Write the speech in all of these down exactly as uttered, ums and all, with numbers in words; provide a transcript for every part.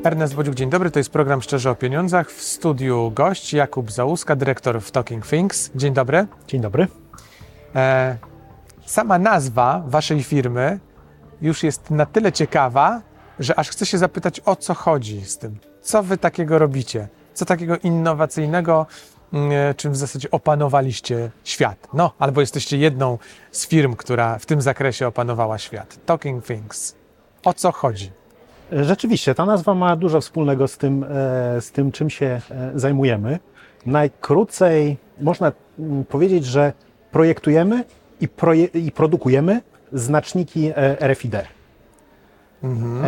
Ernest Bodziuk, dzień dobry. To jest program Szczerze o Pieniądzach. W studiu gość Jakub Załuska, dyrektor w Talking Things. Dzień dobry. Dzień dobry. E, sama nazwa waszej firmy już jest na tyle ciekawa, że aż chcę się zapytać, o co chodzi z tym. Co wy takiego robicie? Co takiego innowacyjnego, e, czym w zasadzie opanowaliście świat? No, albo jesteście jedną z firm, która w tym zakresie opanowała świat. Talking Things. O co chodzi? Rzeczywiście, ta nazwa ma dużo wspólnego z tym, z tym, czym się zajmujemy. Najkrócej można powiedzieć, że projektujemy i, proje i produkujemy znaczniki R F I D, mhm.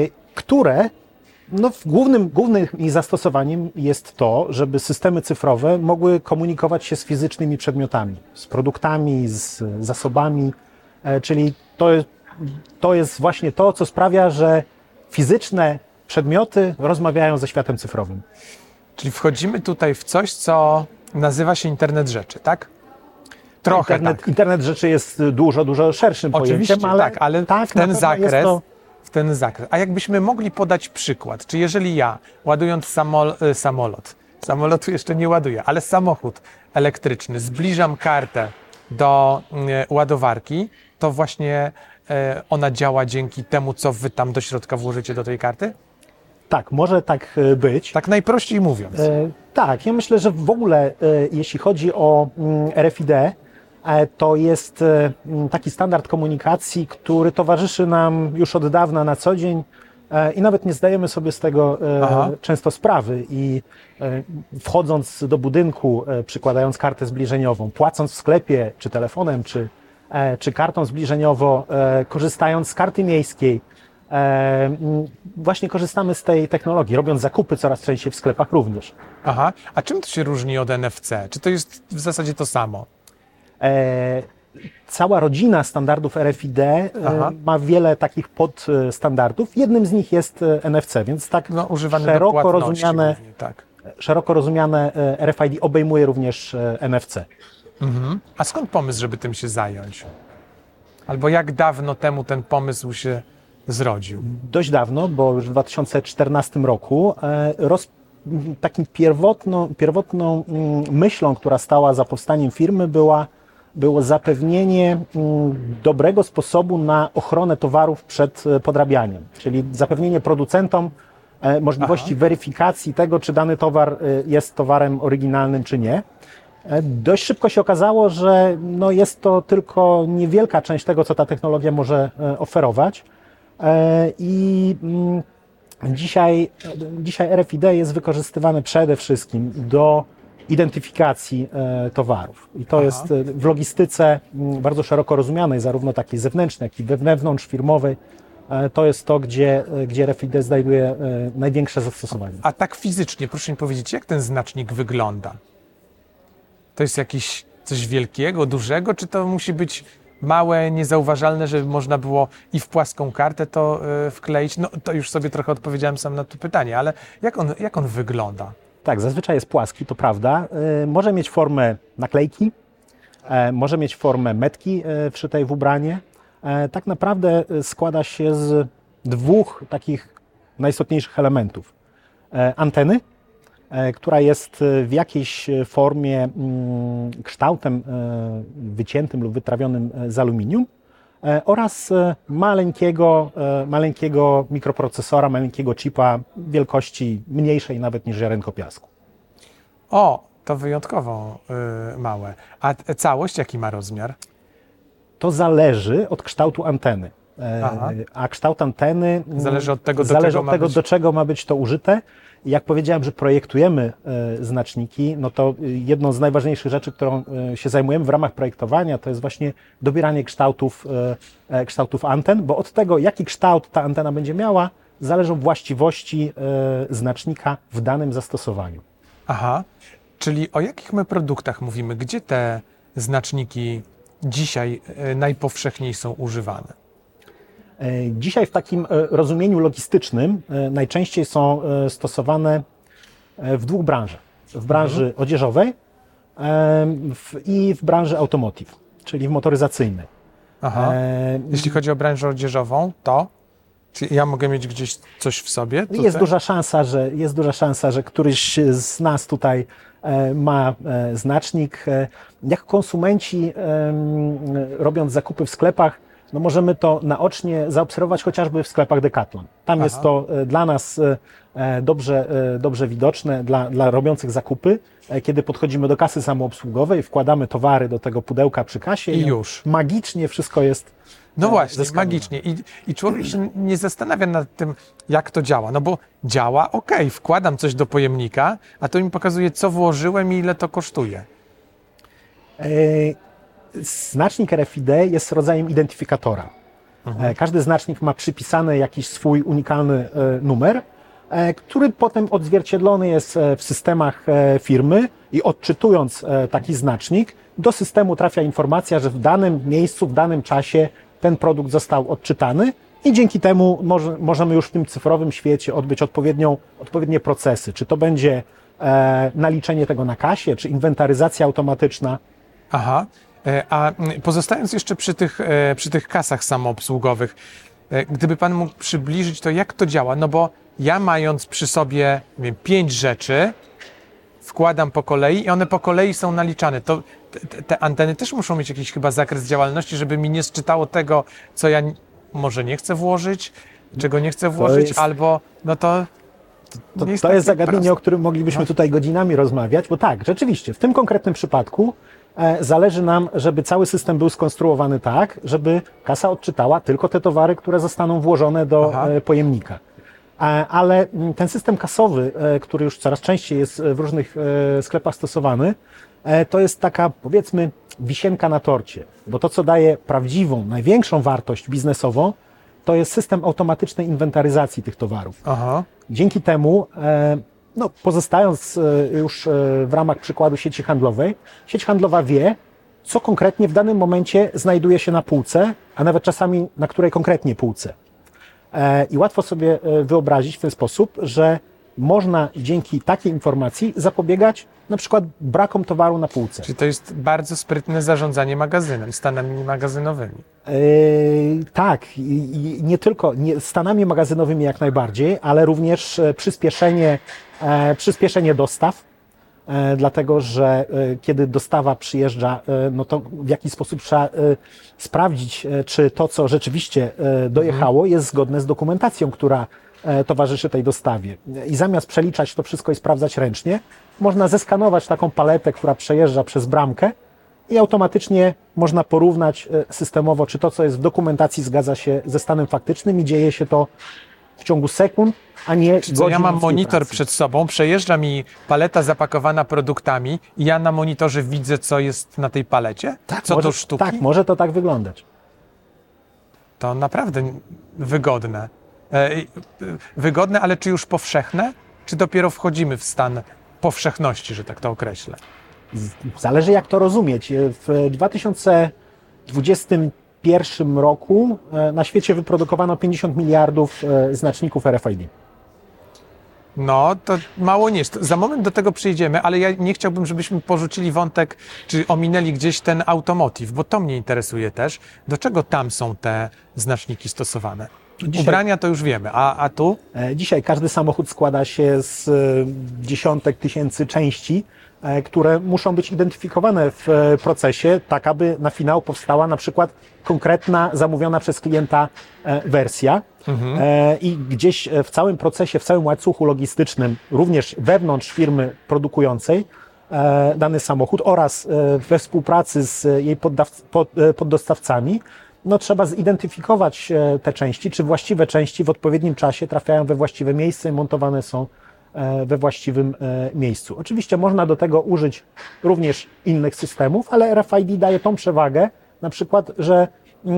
które no, w głównym, głównym ich zastosowaniem jest to, żeby systemy cyfrowe mogły komunikować się z fizycznymi przedmiotami, z produktami, z zasobami, czyli to jest, to jest właśnie to, co sprawia, że fizyczne przedmioty rozmawiają ze światem cyfrowym. Czyli wchodzimy tutaj w coś, co nazywa się Internet Rzeczy, tak? Trochę Internet, tak. Internet Rzeczy jest dużo, dużo szerszym Oczywiście, pojęciem, ale, tak, ale tak, w ten zakres, to... w ten zakres. A jakbyśmy mogli podać przykład, czy jeżeli ja, ładując samol, samolot, samolotu jeszcze nie ładuję, ale samochód elektryczny, zbliżam kartę do y, ładowarki, to właśnie y, ona działa dzięki temu, co wy tam do środka włożycie do tej karty? Tak, może tak być. Tak najprościej mówiąc. E, tak, ja myślę, że w ogóle e, jeśli chodzi o mm, R F I D, e, to jest e, taki standard komunikacji, który towarzyszy nam już od dawna na co dzień e, i nawet nie zdajemy sobie z tego e, często sprawy. I e, wchodząc do budynku, e, przykładając kartę zbliżeniową, płacąc w sklepie, czy telefonem, czy, e, czy kartą zbliżeniowo, e, korzystając z karty miejskiej, E, właśnie korzystamy z tej technologii, robiąc zakupy coraz częściej w sklepach również. Aha, a czym to się różni od N F C? Czy to jest w zasadzie to samo? E, cała rodzina standardów R F I D e, ma wiele takich podstandardów. Jednym z nich jest N F C, więc tak no, używane szeroko, rozumiane, głównie, tak. szeroko rozumiane R F I D obejmuje również N F C. Mhm. A skąd pomysł, żeby tym się zająć? Albo jak dawno temu ten pomysł się zrodził? Dość dawno, bo już w dwa tysiące czternastym roku roz, takim pierwotną, pierwotną myślą, która stała za powstaniem firmy, była, było zapewnienie dobrego sposobu na ochronę towarów przed podrabianiem, czyli zapewnienie producentom możliwości Aha. weryfikacji tego, czy dany towar jest towarem oryginalnym, czy nie. Dość szybko się okazało, że no jest to tylko niewielka część tego, co ta technologia może oferować. I dzisiaj, dzisiaj R F I D jest wykorzystywane przede wszystkim do identyfikacji towarów. I to Aha. jest w logistyce bardzo szeroko rozumianej, zarówno takiej zewnętrznej, jak i wewnątrzfirmowej. To jest to, gdzie, gdzie R F I D znajduje największe zastosowanie. A tak fizycznie, proszę mi powiedzieć, jak ten znacznik wygląda? To jest jakieś coś wielkiego, dużego, czy to musi być małe, niezauważalne, żeby można było i w płaską kartę to y, wkleić? No to już sobie trochę odpowiedziałem sam na to pytanie, ale jak on, jak on wygląda? Tak, zazwyczaj jest płaski, to prawda. Y, może mieć formę naklejki, y, może mieć formę metki y, wszytej w ubranie. Y, tak naprawdę składa się z dwóch takich najistotniejszych elementów. Y, anteny, która jest w jakiejś formie kształtem wyciętym lub wytrawionym z aluminium oraz maleńkiego, maleńkiego mikroprocesora, maleńkiego chipa wielkości mniejszej nawet niż ziarenko piasku. O, to wyjątkowo y, małe. A całość jaki ma rozmiar? To zależy od kształtu anteny. Aha. A kształt anteny zależy od tego, do, zależy czego, od ma tego być... do czego ma być to użyte. Jak powiedziałem, że projektujemy e, znaczniki, no to jedną z najważniejszych rzeczy, którą e, się zajmujemy w ramach projektowania, to jest właśnie dobieranie kształtów, e, kształtów anten, bo od tego, jaki kształt ta antena będzie miała, zależą właściwości e, znacznika w danym zastosowaniu. Aha, czyli o jakich my produktach mówimy? Gdzie te znaczniki dzisiaj e, najpowszechniej są używane? Dzisiaj w takim rozumieniu logistycznym najczęściej są stosowane w dwóch branżach. W branży mhm. odzieżowej i w branży automotive, czyli w motoryzacyjnej. Aha. E... Jeśli chodzi o branżę odzieżową, to? Czy ja mogę mieć gdzieś coś w sobie? Tutaj? Jest duża szansa, że jest duża szansa, że któryś z nas tutaj e, ma e, znacznik. E, jako konsumenci, e, robiąc zakupy w sklepach, no możemy to naocznie zaobserwować chociażby w sklepach Decathlon. Tam Aha. jest to e, dla nas e, dobrze, e, dobrze widoczne, dla, dla robiących zakupy. E, kiedy podchodzimy do kasy samoobsługowej, wkładamy towary do tego pudełka przy kasie I już. magicznie wszystko jest. No właśnie, zeskanowane. magicznie. I, I człowiek się nie zastanawia nad tym, jak to działa. No bo działa, okej, wkładam coś do pojemnika, a to mi pokazuje, co włożyłem i ile to kosztuje. E, Znacznik R F I D jest rodzajem identyfikatora. Mhm. Każdy znacznik ma przypisany jakiś swój unikalny numer, który potem odzwierciedlony jest w systemach firmy i odczytując taki znacznik, do systemu trafia informacja, że w danym miejscu, w danym czasie ten produkt został odczytany i dzięki temu może, możemy już w tym cyfrowym świecie odbyć odpowiednią, odpowiednie procesy. Czy to będzie e, naliczenie tego na kasie, czy inwentaryzacja automatyczna. Aha. A pozostając jeszcze przy tych, przy tych kasach samoobsługowych, gdyby Pan mógł przybliżyć to, jak to działa, no bo ja mając przy sobie, nie wiem, pięć rzeczy, wkładam po kolei i one po kolei są naliczane. To te, te anteny też muszą mieć jakiś chyba zakres działalności, żeby mi nie sczytało tego, co ja może nie chcę włożyć, czego nie chcę włożyć, jest... albo no to... To, to jest, to jest zagadnienie, proste. O którym moglibyśmy no. tutaj godzinami rozmawiać, bo tak, rzeczywiście, w tym konkretnym przypadku e, zależy nam, żeby cały system był skonstruowany tak, żeby kasa odczytała tylko te towary, które zostaną włożone do e, pojemnika. E, ale ten system kasowy, e, który już coraz częściej jest w różnych e, sklepach stosowany, e, to jest taka, powiedzmy, wisienka na torcie, bo to, co daje prawdziwą, największą wartość biznesową, to jest system automatycznej inwentaryzacji tych towarów. Aha. Dzięki temu, no, pozostając już w ramach przykładu sieci handlowej, sieć handlowa wie, co konkretnie w danym momencie znajduje się na półce, a nawet czasami na której konkretnie półce. I łatwo sobie wyobrazić w ten sposób, że można dzięki takiej informacji zapobiegać na przykład brakom towaru na półce. Czyli to jest bardzo sprytne zarządzanie magazynem, stanami magazynowymi. Yy, tak, i, i nie tylko nie, stanami magazynowymi jak najbardziej, ale również przyspieszenie, e, przyspieszenie dostaw, e, dlatego że e, kiedy dostawa przyjeżdża, e, no to w jaki sposób trzeba e, sprawdzić, e, czy to, co rzeczywiście e, dojechało, jest zgodne z dokumentacją, która e, towarzyszy tej dostawie. I zamiast przeliczać to wszystko i sprawdzać ręcznie, można zeskanować taką paletę, która przejeżdża przez bramkę i automatycznie można porównać systemowo, czy to, co jest w dokumentacji, zgadza się ze stanem faktycznym i dzieje się to w ciągu sekund, a nie Czyli godzin. Ja mam monitor pracy. przed sobą, przejeżdża mi paleta zapakowana produktami i ja na monitorze widzę, co jest na tej palecie? Tak, co może, do sztuki? Tak, może to tak wyglądać. To naprawdę wygodne. E, wygodne, ale czy już powszechne? Czy dopiero wchodzimy w stan powszechności, że tak to określę? Zależy, jak to rozumieć. W dwa tysiące dwudziestym pierwszym roku na świecie wyprodukowano pięćdziesiąt miliardów znaczników R F I D. No, to mało nie jest. Za moment do tego przyjdziemy, ale ja nie chciałbym, żebyśmy porzucili wątek, czy ominęli gdzieś ten automotive, bo to mnie interesuje też. Do czego tam są te znaczniki stosowane? Dzisiaj, Ubrania to już wiemy, a, a tu? Dzisiaj każdy samochód składa się z dziesiątek tysięcy części, które muszą być identyfikowane w procesie, tak aby na finał powstała na przykład konkretna, zamówiona przez klienta wersja. Mhm. I gdzieś w całym procesie, w całym łańcuchu logistycznym, również wewnątrz firmy produkującej dany samochód oraz we współpracy z jej poddaw- pod, poddostawcami, no trzeba zidentyfikować te części, czy właściwe części w odpowiednim czasie trafiają we właściwe miejsce i montowane są we właściwym miejscu. Oczywiście można do tego użyć również innych systemów, ale R F I D daje tą przewagę, na przykład, że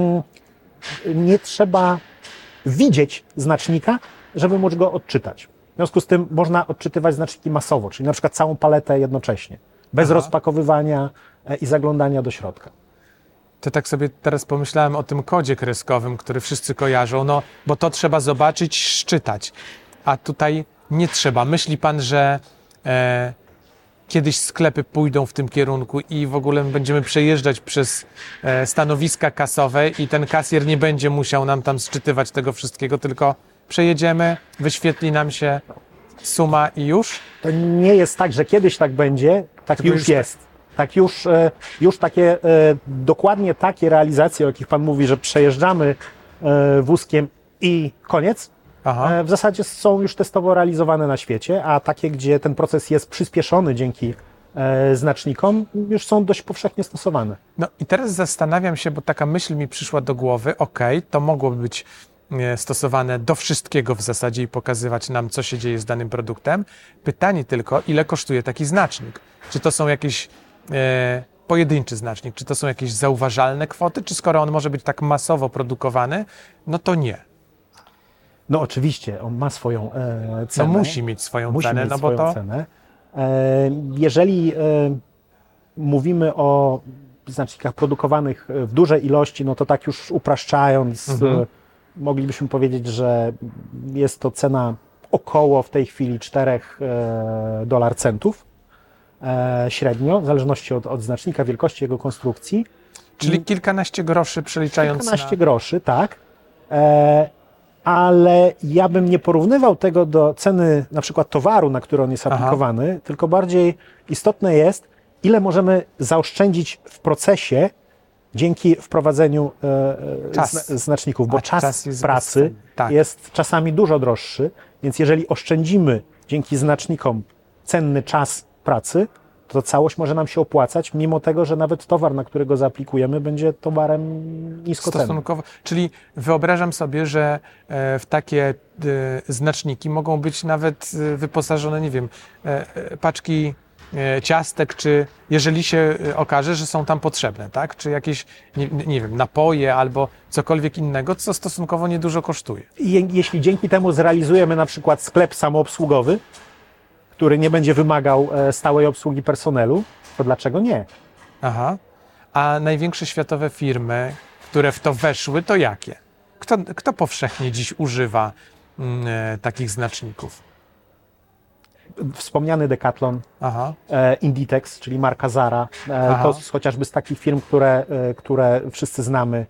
nie trzeba widzieć znacznika, żeby móc go odczytać. W związku z tym można odczytywać znaczniki masowo, czyli na przykład całą paletę jednocześnie, bez Aha. rozpakowywania i zaglądania do środka. To tak sobie teraz pomyślałem o tym kodzie kreskowym, który wszyscy kojarzą, no bo to trzeba zobaczyć, szczytać, a tutaj nie trzeba. Myśli pan, że e, kiedyś sklepy pójdą w tym kierunku i w ogóle będziemy przejeżdżać przez e, stanowiska kasowe i ten kasjer nie będzie musiał nam tam sczytywać tego wszystkiego, tylko przejedziemy, wyświetli nam się suma i już? To nie jest tak, że kiedyś tak będzie, tak Tylko już już jest. Tak już, e, już takie, e, dokładnie takie realizacje, o jakich Pan mówi, że przejeżdżamy e, wózkiem i koniec, Aha. e, w zasadzie są już testowo realizowane na świecie, a takie, gdzie ten proces jest przyspieszony dzięki e, znacznikom, już są dość powszechnie stosowane. No i teraz zastanawiam się, bo taka myśl mi przyszła do głowy, okej, to mogłoby być e, stosowane do wszystkiego w zasadzie i pokazywać nam, co się dzieje z danym produktem. Pytanie tylko, ile kosztuje taki znacznik? Czy to są jakieś e, pojedynczy znacznik, czy to są jakieś zauważalne kwoty, czy skoro on może być tak masowo produkowany, no to nie. No oczywiście, on ma swoją e, No cenę. musi mieć swoją Musi cenę, mieć no bo swoją to... cenę. E, jeżeli e, mówimy o znacznikach produkowanych w dużej ilości, no to tak już upraszczając, Mhm. e, moglibyśmy powiedzieć, że jest to cena około w tej chwili czterech dolar centów e, średnio, w zależności od, od znacznika, wielkości jego konstrukcji. Czyli kilkanaście groszy przeliczając Kilkanaście na... groszy, tak. E, ale ja bym nie porównywał tego do ceny na przykład towaru, na który on jest Aha. aplikowany, tylko bardziej istotne jest, ile możemy zaoszczędzić w procesie dzięki wprowadzeniu e, Czas. zna, znaczników, bo A czas, czas jest pracy bezcenny. Tak. jest czasami dużo droższy, więc jeżeli oszczędzimy dzięki znacznikom cenny czas pracy, to całość może nam się opłacać, mimo tego, że nawet towar, na który go zaaplikujemy, będzie towarem niskocennym. Stosunkowo, czyli wyobrażam sobie, że e, w takie e, znaczniki mogą być nawet e, wyposażone, nie wiem, e, e, paczki e, ciastek, czy jeżeli się e, okaże, że są tam potrzebne, tak? Czy jakieś, nie, nie wiem, napoje albo cokolwiek innego, co stosunkowo niedużo kosztuje. I je- jeśli dzięki temu zrealizujemy na przykład sklep samoobsługowy, który nie będzie wymagał e, stałej obsługi personelu, to dlaczego nie? Aha. A największe światowe firmy, które w to weszły, to jakie? Kto, kto powszechnie dziś używa mm, e, takich znaczników? Wspomniany Decathlon, Aha. e, Inditex, czyli marka Zara, e, Aha. to z, chociażby z takich firm, które, e, które wszyscy znamy.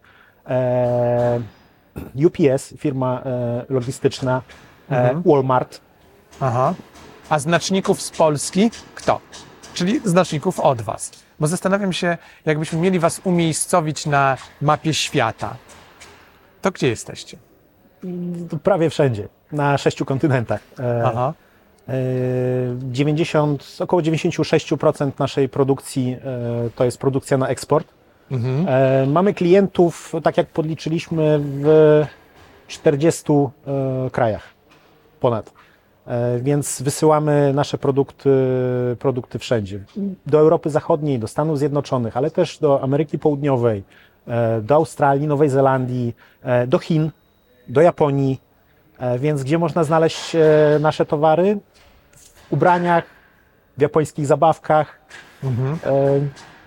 E, U P S, firma e, logistyczna, e, Mhm. Walmart. Aha. A znaczników z Polski kto? Czyli znaczników od Was. Bo zastanawiam się, jakbyśmy mieli Was umiejscowić na mapie świata, to gdzie jesteście? To prawie wszędzie, na sześciu kontynentach. E, Aha. e, dziewięćdziesiąt, około dziewięćdziesiąt sześć procent naszej produkcji e, to jest produkcja na eksport. Mhm. E, mamy klientów, tak jak podliczyliśmy, w czterdziestu e, krajach ponad. E, więc wysyłamy nasze produkty, produkty wszędzie. Do Europy Zachodniej, do Stanów Zjednoczonych, ale też do Ameryki Południowej, e, do Australii, Nowej Zelandii, e, do Chin, do Japonii. E, więc gdzie można znaleźć e, nasze towary? W ubraniach, w japońskich zabawkach. Mhm. E,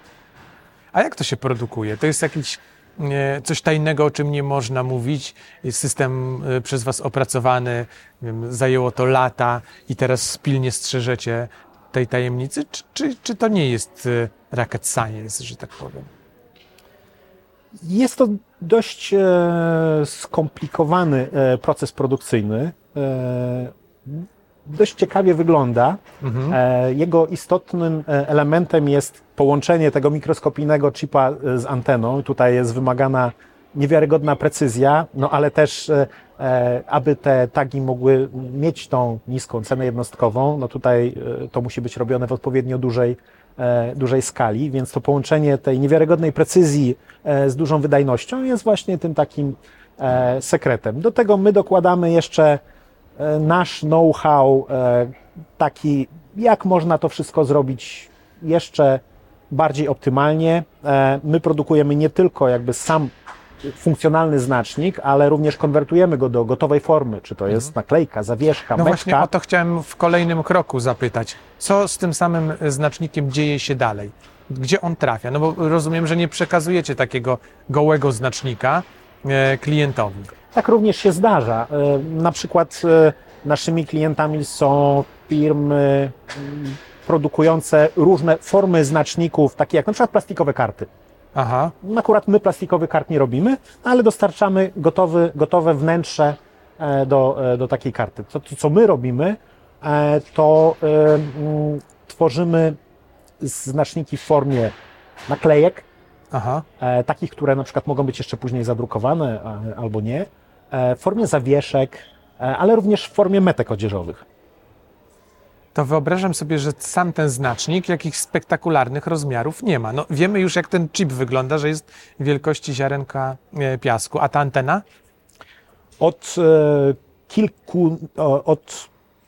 A jak to się produkuje? To jest jakiś e, coś tajnego, o czym nie można mówić? Jest system e, przez Was opracowany, nie wiem, zajęło to lata i teraz pilnie strzeżecie tej tajemnicy? Czy, czy, czy to nie jest e, rocket science, że tak powiem? Jest to dość e, skomplikowany e, proces produkcyjny. E, dość ciekawie wygląda. Mhm. E, jego istotnym e, elementem jest połączenie tego mikroskopijnego chipa e, z anteną. Tutaj jest wymagana niewiarygodna precyzja, no ale też e, e, aby te tagi mogły mieć tą niską cenę jednostkową, no tutaj e, to musi być robione w odpowiednio dużej e, dużej skali, więc to połączenie tej niewiarygodnej precyzji e, z dużą wydajnością jest właśnie tym takim e, sekretem. Do tego my dokładamy jeszcze e, nasz know-how e, taki, jak można to wszystko zrobić jeszcze bardziej optymalnie. E, my produkujemy nie tylko jakby sam funkcjonalny znacznik, ale również konwertujemy go do gotowej formy, czy to jest naklejka, zawieszka, No właśnie metka. o to chciałem w kolejnym kroku zapytać. Co z tym samym znacznikiem dzieje się dalej? Gdzie on trafia? No bo rozumiem, że nie przekazujecie takiego gołego znacznika e, klientowi. Tak również się zdarza. E, Na przykład e, naszymi klientami są firmy mm, produkujące różne formy znaczników, takie jak na przykład plastikowe karty. Aha. Akurat my plastikowych kart nie robimy, ale dostarczamy gotowy, gotowe wnętrze e, do, e, do takiej karty. To, to co my robimy, e, to e, m, tworzymy znaczniki w formie naklejek, Aha. e, takich, które na przykład mogą być jeszcze później zadrukowane a, albo nie, e, w formie zawieszek, e, ale również w formie metek odzieżowych. To wyobrażam sobie, że sam ten znacznik jakichś spektakularnych rozmiarów nie ma. No, wiemy już, jak ten chip wygląda, że jest wielkości ziarenka e, piasku. A ta antena? Od e, kilku, o, od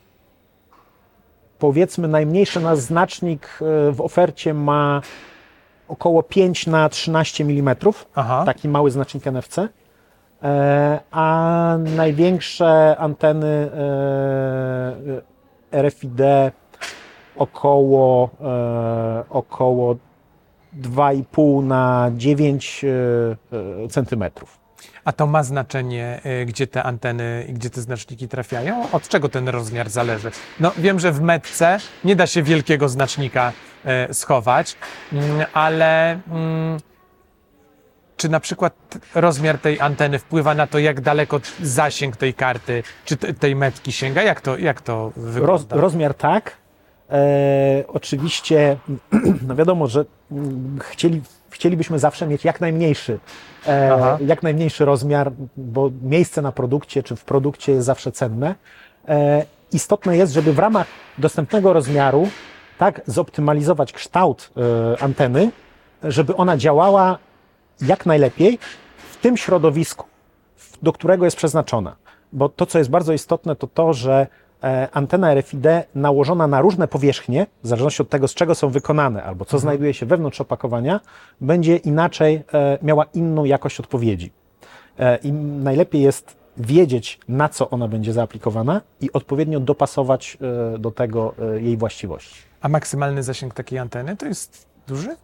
powiedzmy najmniejszy nasz znacznik e, w ofercie ma około pięć na trzynaście milimetrów, Aha. taki mały znacznik N F C, e, a największe anteny e, R F I D około, e, około dwa i pół na dziewięć e, centymetrów. A to ma znaczenie, y, gdzie te anteny i gdzie te znaczniki trafiają? Od czego ten rozmiar zależy? No wiem, że w metce nie da się wielkiego znacznika y, schować, mm, ale mm, czy na przykład rozmiar tej anteny wpływa na to, jak daleko zasięg tej karty, czy te, tej metki sięga? Jak to, jak to wygląda? Roz, rozmiar tak. E, oczywiście, no wiadomo, że mm, chcieli, chcielibyśmy zawsze mieć jak najmniejszy, e, jak najmniejszy rozmiar, bo miejsce na produkcie czy w produkcie jest zawsze cenne. E, istotne jest, żeby w ramach dostępnego rozmiaru tak zoptymalizować kształt e, anteny, żeby ona działała jak najlepiej w tym środowisku, do którego jest przeznaczona. Bo to, co jest bardzo istotne, to to, że antena R F I D nałożona na różne powierzchnie, w zależności od tego, z czego są wykonane, albo co mhm. znajduje się wewnątrz opakowania, będzie inaczej e, miała inną jakość odpowiedzi. E, I najlepiej jest wiedzieć, na co ona będzie zaaplikowana i odpowiednio dopasować e, do tego e, jej właściwości. A maksymalny zasięg takiej anteny to jest duży?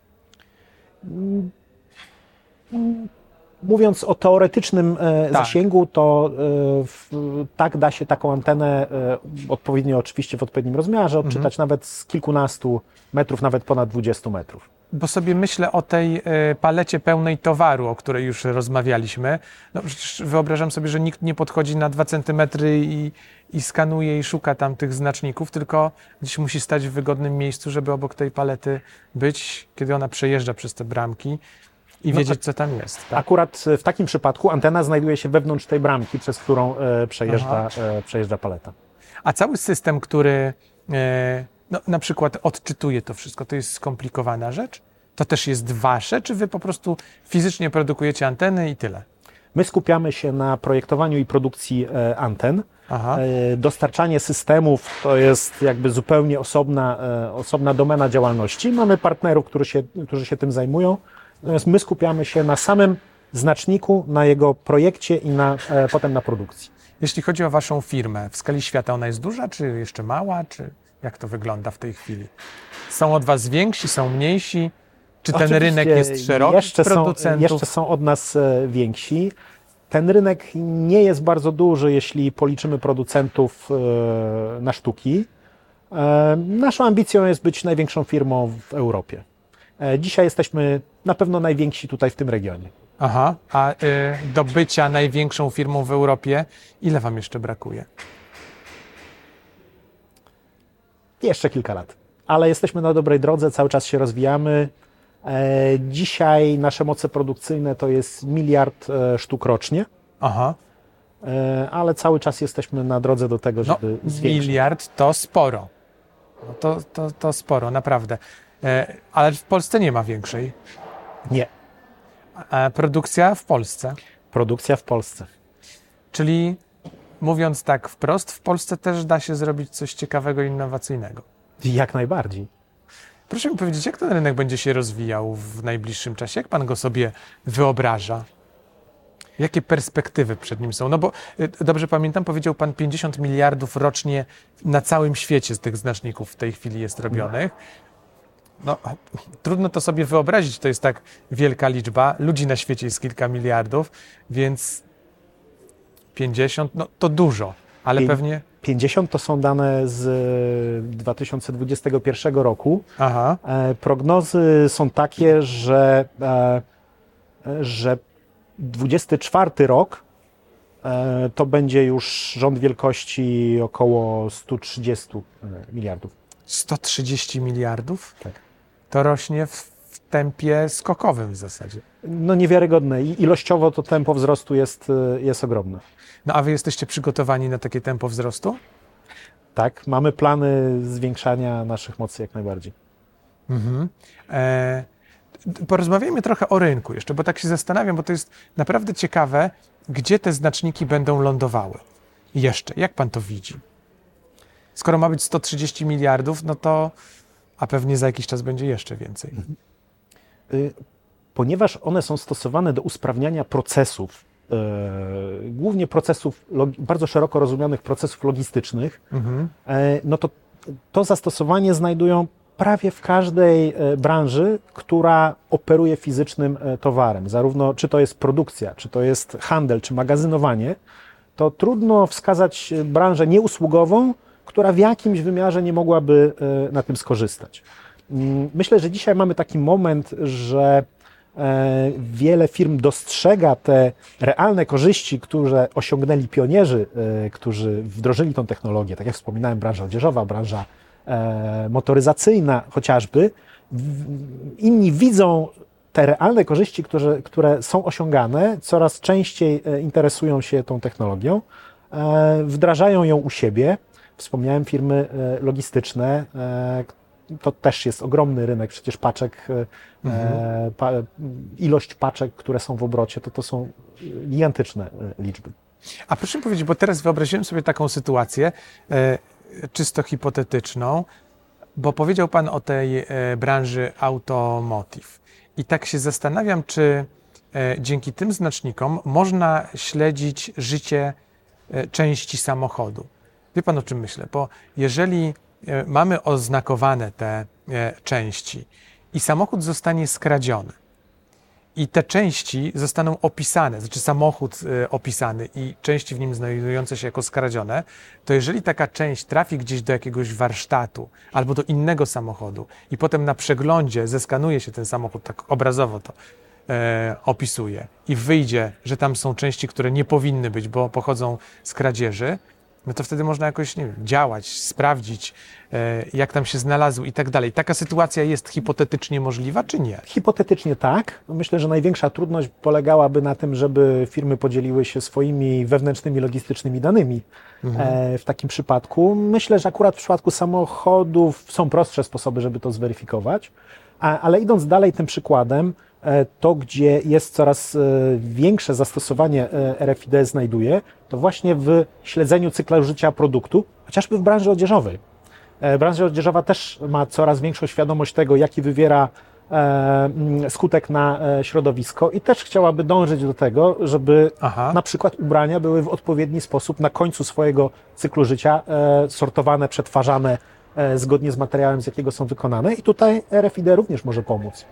Mm, mm. Mówiąc o teoretycznym e, tak. zasięgu, to e, w, tak da się taką antenę e, odpowiednio oczywiście w odpowiednim rozmiarze odczytać mhm. nawet z kilkunastu metrów, nawet ponad dwudziestu metrów. Bo sobie myślę o tej y, palecie pełnej towaru, o której już rozmawialiśmy. No, przecież wyobrażam sobie, że nikt nie podchodzi na dwa centymetry i, i skanuje i szuka tam tych znaczników, tylko gdzieś musi stać w wygodnym miejscu, żeby obok tej palety być, kiedy ona przejeżdża przez te bramki. I wiedzieć, no, co tam jest. Tak? Akurat w takim przypadku antena znajduje się wewnątrz tej bramki, przez którą e, przejeżdża, e, przejeżdża paleta. A cały system, który e, no, na przykład odczytuje to wszystko, to jest skomplikowana rzecz? To też jest wasze, czy wy po prostu fizycznie produkujecie anteny i tyle? My skupiamy się na projektowaniu i produkcji e, anten. Aha. E, dostarczanie systemów to jest jakby zupełnie osobna, e, osobna domena działalności. Mamy partnerów, którzy się, którzy się tym zajmują. Natomiast my skupiamy się na samym znaczniku, na jego projekcie i na, e, potem na produkcji. Jeśli chodzi o waszą firmę, w skali świata ona jest duża, czy jeszcze mała, czy jak to wygląda w tej chwili? Są od was więksi, są mniejsi? Czy ten Oczywiście rynek jest szeroki jeszcze producentów? Są, jeszcze są od nas e, więksi. Ten rynek nie jest bardzo duży, jeśli policzymy producentów e, na sztuki. E, naszą ambicją jest być największą firmą w Europie. Dzisiaj jesteśmy na pewno najwięksi tutaj w tym regionie. Aha, a y, do bycia największą firmą w Europie, ile wam jeszcze brakuje? Jeszcze kilka lat, ale jesteśmy na dobrej drodze, cały czas się rozwijamy. E, dzisiaj nasze moce produkcyjne to jest miliard e, sztuk rocznie. Aha. E, ale cały czas jesteśmy na drodze do tego, żeby no, zwiększyć. Miliard to sporo. No to, to, to sporo, naprawdę. Ale w Polsce nie ma większej? Nie. A produkcja w Polsce? Produkcja w Polsce. Czyli mówiąc tak wprost, w Polsce też da się zrobić coś ciekawego i innowacyjnego? Jak najbardziej. Proszę mi powiedzieć, jak ten rynek będzie się rozwijał w najbliższym czasie? Jak pan go sobie wyobraża? Jakie perspektywy przed nim są? No bo dobrze pamiętam, powiedział pan pięćdziesiąt miliardów rocznie na całym świecie z tych znaczników w tej chwili jest robionych. No, trudno to sobie wyobrazić, to jest tak wielka liczba. Ludzi na świecie jest kilka miliardów, więc pięćdziesiąt, no to dużo, ale Pię- pewnie... pięćdziesiąt to są dane z dwa tysiące dwudziestego pierwszego roku. Aha. E, Prognozy są takie, że, e, że dwudziesty czwarty rok e, to będzie już rząd wielkości około sto trzydzieści miliardów. sto trzydzieści miliardów? Tak. To rośnie w, w tempie skokowym w zasadzie. No niewiarygodne. I ilościowo to tempo wzrostu jest, jest ogromne. No a wy jesteście przygotowani na takie tempo wzrostu? Tak, mamy plany zwiększania naszych mocy jak najbardziej. Mhm. E, porozmawiajmy trochę o rynku jeszcze, bo tak się zastanawiam, bo to jest naprawdę ciekawe, gdzie te znaczniki będą lądowały. Jeszcze, jak pan to widzi? Skoro ma być sto trzydzieści miliardów, no to, a pewnie za jakiś czas będzie jeszcze więcej. Y, Ponieważ one są stosowane do usprawniania procesów, e, głównie procesów, log- bardzo szeroko rozumianych procesów logistycznych, Mhm. e, no to to zastosowanie znajdują prawie w każdej e, branży, która operuje fizycznym e, towarem. Zarówno czy to jest produkcja, czy to jest handel, czy magazynowanie, to trudno wskazać e, branżę nieusługową, która w jakimś wymiarze nie mogłaby e, na tym skorzystać. Mm, Myślę, że dzisiaj mamy taki moment, że e, wiele firm dostrzega te realne korzyści, które osiągnęli pionierzy, e, którzy wdrożyli tą technologię. Tak jak wspominałem, branża odzieżowa, branża e, motoryzacyjna chociażby. W- Inni widzą te realne korzyści, które, które są osiągane, coraz częściej e, interesują się tą technologią, e, wdrażają ją u siebie. Wspomniałem firmy e, logistyczne, e, to też jest ogromny rynek, przecież paczek, e, pa, ilość paczek, które są w obrocie, to to są gigantyczne e, liczby. A proszę mi powiedzieć, bo teraz wyobraziłem sobie taką sytuację, e, czysto hipotetyczną, bo powiedział pan o tej e, branży automotive. I tak się zastanawiam, czy e, dzięki tym znacznikom można śledzić życie e, części samochodu. Wie pan, o czym myślę? Bo jeżeli e, mamy oznakowane te e, części i samochód zostanie skradziony, i te części zostaną opisane, znaczy samochód y, opisany i części w nim znajdujące się jako skradzione, to jeżeli taka część trafi gdzieś do jakiegoś warsztatu albo do innego samochodu i potem na przeglądzie zeskanuje się ten samochód, tak obrazowo to e, opisuje i wyjdzie, że tam są części, które nie powinny być, bo pochodzą z kradzieży, no to wtedy można jakoś, nie wiem, działać, sprawdzić, e, jak tam się znalazł i tak dalej. Taka sytuacja jest hipotetycznie możliwa, czy nie? Hipotetycznie tak. Myślę, że największa trudność polegałaby na tym, żeby firmy podzieliły się swoimi wewnętrznymi logistycznymi danymi e, w takim przypadku. Myślę, że akurat w przypadku samochodów są prostsze sposoby, żeby to zweryfikować, a, ale idąc dalej tym przykładem, e, to gdzie jest coraz e, większe zastosowanie e, R F I D znajduje, to właśnie w śledzeniu cykla życia produktu, chociażby w branży odzieżowej. E, Branża odzieżowa też ma coraz większą świadomość tego, jaki wywiera e, mm, skutek na e, środowisko i też chciałaby dążyć do tego, żeby Aha. na przykład ubrania były w odpowiedni sposób na końcu swojego cyklu życia e, sortowane, przetwarzane e, zgodnie z materiałem, z jakiego są wykonane i tutaj R F I D również może pomóc.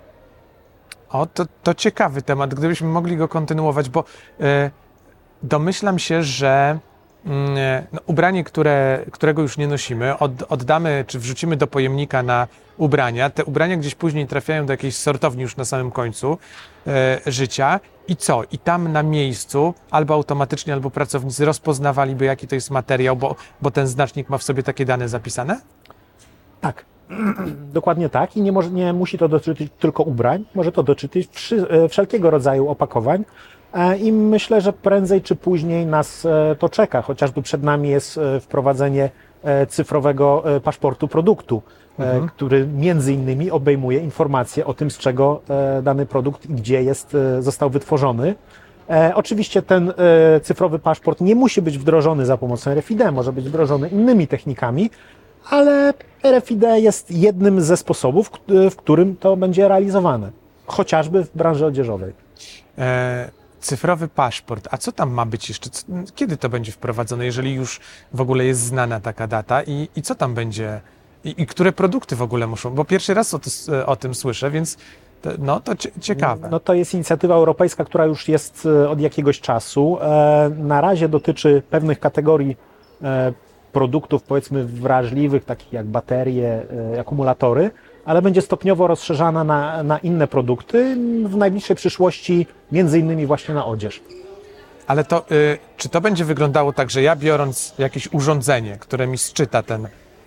O, to, to ciekawy temat, gdybyśmy mogli go kontynuować, bo e, domyślam się, że mm, no, ubranie, które, którego już nie nosimy, od, oddamy czy wrzucimy do pojemnika na ubrania. Te ubrania gdzieś później trafiają do jakiejś sortowni już na samym końcu e, życia. I co? I tam na miejscu albo automatycznie, albo pracownicy rozpoznawaliby, jaki to jest materiał, bo, bo ten znacznik ma w sobie takie dane zapisane? Tak, dokładnie tak i nie, może, nie musi to dotyczyć tylko ubrań, może to dotyczyć wszy, e, wszelkiego rodzaju opakowań e, i myślę, że prędzej czy później nas e, to czeka, chociażby przed nami jest e, wprowadzenie e, cyfrowego e, paszportu produktu, e, który między innymi obejmuje informacje o tym, z czego e, dany produkt i gdzie jest, e, został wytworzony. E, oczywiście ten e, cyfrowy paszport nie musi być wdrożony za pomocą R F I D, może być wdrożony innymi technikami, ale R F I D jest jednym ze sposobów, k- w którym to będzie realizowane, chociażby w branży odzieżowej. E, cyfrowy paszport, a co tam ma być jeszcze? Co, kiedy to będzie wprowadzone, jeżeli już w ogóle jest znana taka data i, i co tam będzie, i, i które produkty w ogóle muszą, bo pierwszy raz o, to, o tym słyszę, więc to, no to cie, ciekawe. No to jest inicjatywa europejska, która już jest e, od jakiegoś czasu. E, Na razie dotyczy pewnych kategorii e, produktów, powiedzmy, wrażliwych, takich jak baterie, y, akumulatory, ale będzie stopniowo rozszerzana na, na inne produkty, w najbliższej przyszłości między innymi właśnie na odzież. Ale to, y, czy to będzie wyglądało tak, że ja biorąc jakieś urządzenie, które mi sczyta ten,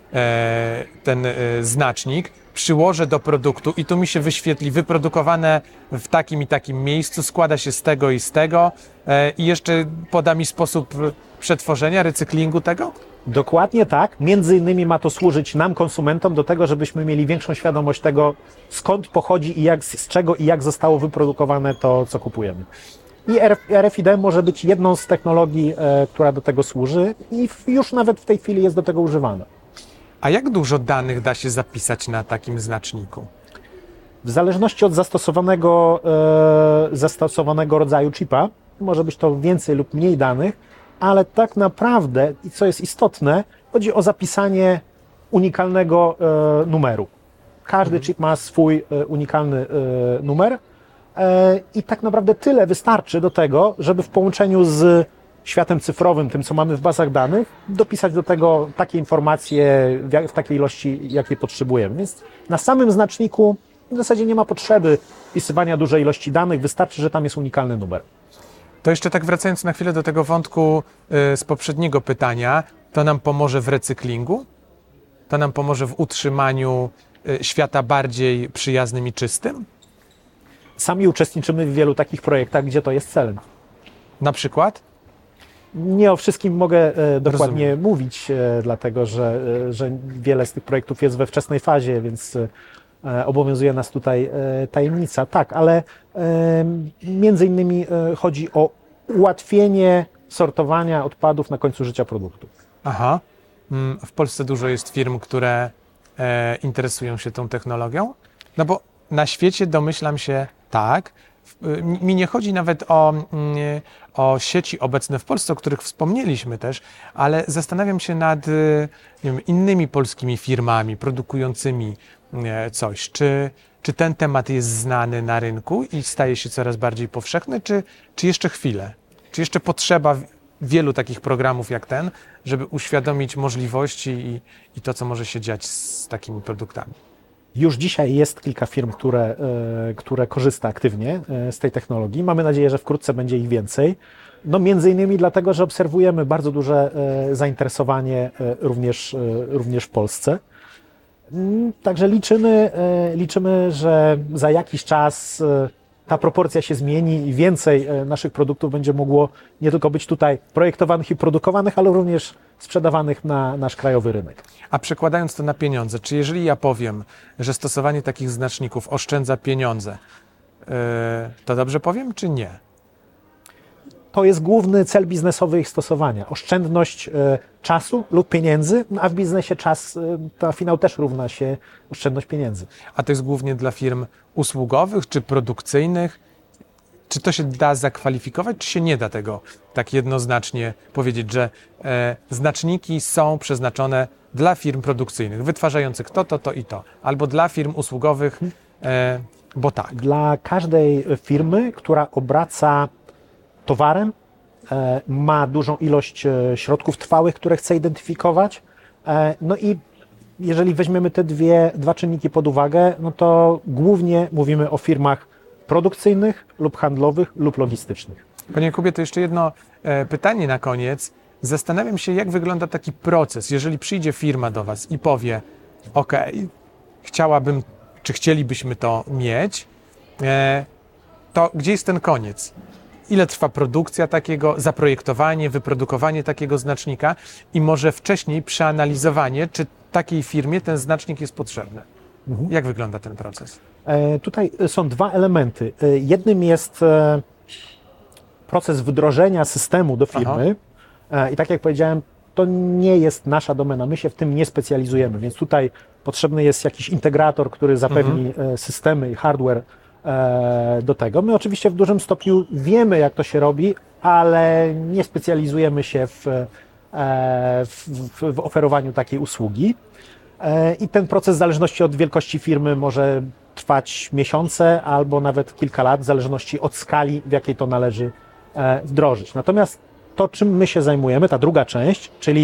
e, ten e, znacznik, przyłożę do produktu i tu mi się wyświetli wyprodukowane w takim i takim miejscu, składa się z tego i z tego e, i jeszcze poda mi sposób przetworzenia, recyklingu tego? Dokładnie tak. Między innymi ma to służyć nam, konsumentom, do tego, żebyśmy mieli większą świadomość tego, skąd pochodzi i jak, z czego i jak zostało wyprodukowane to, co kupujemy. I R F I D może być jedną z technologii, e, która do tego służy i w, już nawet w tej chwili jest do tego używana. A jak dużo danych da się zapisać na takim znaczniku? W zależności od zastosowanego, e, zastosowanego rodzaju chipa, może być to więcej lub mniej danych, ale tak naprawdę, i co jest istotne, chodzi o zapisanie unikalnego e, numeru. Każdy chip ma swój e, unikalny e, numer e, i tak naprawdę tyle wystarczy do tego, żeby w połączeniu z światem cyfrowym, tym co mamy w bazach danych, dopisać do tego takie informacje w, w takiej ilości, jakiej potrzebujemy. Więc na samym znaczniku w zasadzie nie ma potrzeby wpisywania dużej ilości danych, wystarczy, że tam jest unikalny numer. To jeszcze tak wracając na chwilę do tego wątku y, z poprzedniego pytania, to nam pomoże w recyklingu? To nam pomoże w utrzymaniu y, świata bardziej przyjaznym i czystym? Sami uczestniczymy w wielu takich projektach, gdzie to jest celem. Na przykład? Nie o wszystkim mogę e, dokładnie Rozumiem. mówić, e, dlatego że, e, że wiele z tych projektów jest we wczesnej fazie, więc e, obowiązuje nas tutaj e, tajemnica. Tak, ale e, między innymi e, chodzi o ułatwienie sortowania odpadów na końcu życia produktu. Aha. Mm, W Polsce dużo jest firm, które e, interesują się tą technologią? No bo na świecie domyślam się tak. W- y, Mi nie chodzi nawet o, mm, o sieci obecne w Polsce, o których wspomnieliśmy też, ale zastanawiam się nad y, nie wiem, innymi polskimi firmami produkującymi e, coś. Czy, czy ten temat jest znany na rynku i staje się coraz bardziej powszechny, czy, czy jeszcze chwilę? Czy jeszcze potrzeba w- wielu takich programów jak ten, żeby uświadomić możliwości i, i to, co może się dziać z takimi produktami? Już dzisiaj jest kilka firm, które, e, które korzysta aktywnie e, z tej technologii. Mamy nadzieję, że wkrótce będzie ich więcej. No między innymi dlatego, że obserwujemy bardzo duże e, zainteresowanie e, również, e, również w Polsce. Mm, Także liczymy, e, liczymy, że za jakiś czas e, ta proporcja się zmieni i więcej e, naszych produktów będzie mogło nie tylko być tutaj projektowanych i produkowanych, ale również sprzedawanych na nasz krajowy rynek. A przekładając to na pieniądze, czy jeżeli ja powiem, że stosowanie takich znaczników oszczędza pieniądze, yy, to dobrze powiem, czy nie? To jest główny cel biznesowy ich stosowania. Oszczędność e, czasu lub pieniędzy, no a w biznesie czas, e, to finał też równa się oszczędność pieniędzy. A to jest głównie dla firm usługowych czy produkcyjnych? Czy to się da zakwalifikować, czy się nie da tego tak jednoznacznie powiedzieć, że e, znaczniki są przeznaczone dla firm produkcyjnych, wytwarzających to, to, to i to, albo dla firm usługowych, e, bo tak. Dla każdej firmy, która obraca towarem, e, ma dużą ilość e, środków trwałych, które chce identyfikować, e, no i jeżeli weźmiemy te dwie, dwa czynniki pod uwagę, no to głównie mówimy o firmach produkcyjnych lub handlowych lub logistycznych. Panie Jakubie, to jeszcze jedno e, pytanie na koniec. Zastanawiam się, jak wygląda taki proces, jeżeli przyjdzie firma do Was i powie, OK, chciałabym, czy chcielibyśmy to mieć, e, to gdzie jest ten koniec? Ile trwa produkcja takiego, zaprojektowanie, wyprodukowanie takiego znacznika i może wcześniej przeanalizowanie, czy takiej firmie ten znacznik jest potrzebny? Mhm. Jak wygląda ten proces? E, Tutaj są dwa elementy. E, Jednym jest e, proces wdrożenia systemu do firmy. E, I tak jak powiedziałem, to nie jest nasza domena. My się w tym nie specjalizujemy, więc tutaj potrzebny jest jakiś integrator, który zapewni e, systemy i hardware e, do tego. My oczywiście w dużym stopniu wiemy, jak to się robi, ale nie specjalizujemy się w, e, w, w, w oferowaniu takiej usługi. E, I ten proces w zależności od wielkości firmy może trwać miesiące albo nawet kilka lat, w zależności od skali, w jakiej to należy e, wdrożyć. Natomiast to, czym my się zajmujemy, ta druga część, czyli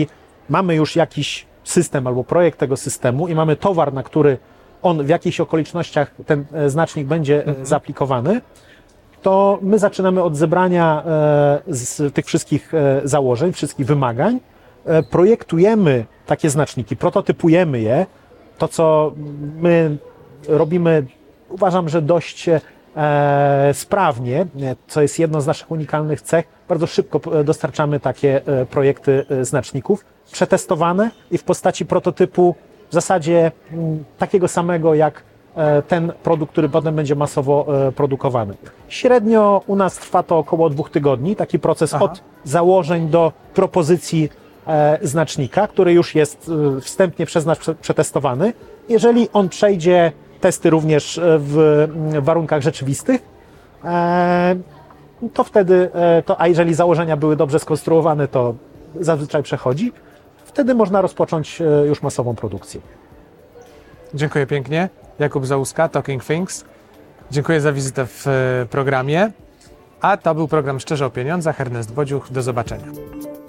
mamy już jakiś system albo projekt tego systemu i mamy towar, na który on w jakichś okolicznościach, ten znacznik będzie mhm. zaaplikowany, to my zaczynamy od zebrania z tych wszystkich założeń, wszystkich wymagań, projektujemy takie znaczniki, prototypujemy je. To, co my robimy, uważam, że dość e, sprawnie, co jest jedną z naszych unikalnych cech. Bardzo szybko dostarczamy takie e, projekty e, znaczników, przetestowane i w postaci prototypu w zasadzie m, takiego samego jak e, ten produkt, który potem będzie masowo e, produkowany. Średnio u nas trwa to około dwóch tygodni, taki proces Aha. od założeń do propozycji e, znacznika, który już jest e, wstępnie przez nas przetestowany. Jeżeli on przejdzie testy również w warunkach rzeczywistych, to wtedy, to, a jeżeli założenia były dobrze skonstruowane, to zazwyczaj przechodzi, wtedy można rozpocząć już masową produkcję. Dziękuję pięknie. Jakub Załuska, Talking Things. Dziękuję za wizytę w programie. A to był program Szczerze o Pieniądzach. Ernest Bodziuch. Do zobaczenia.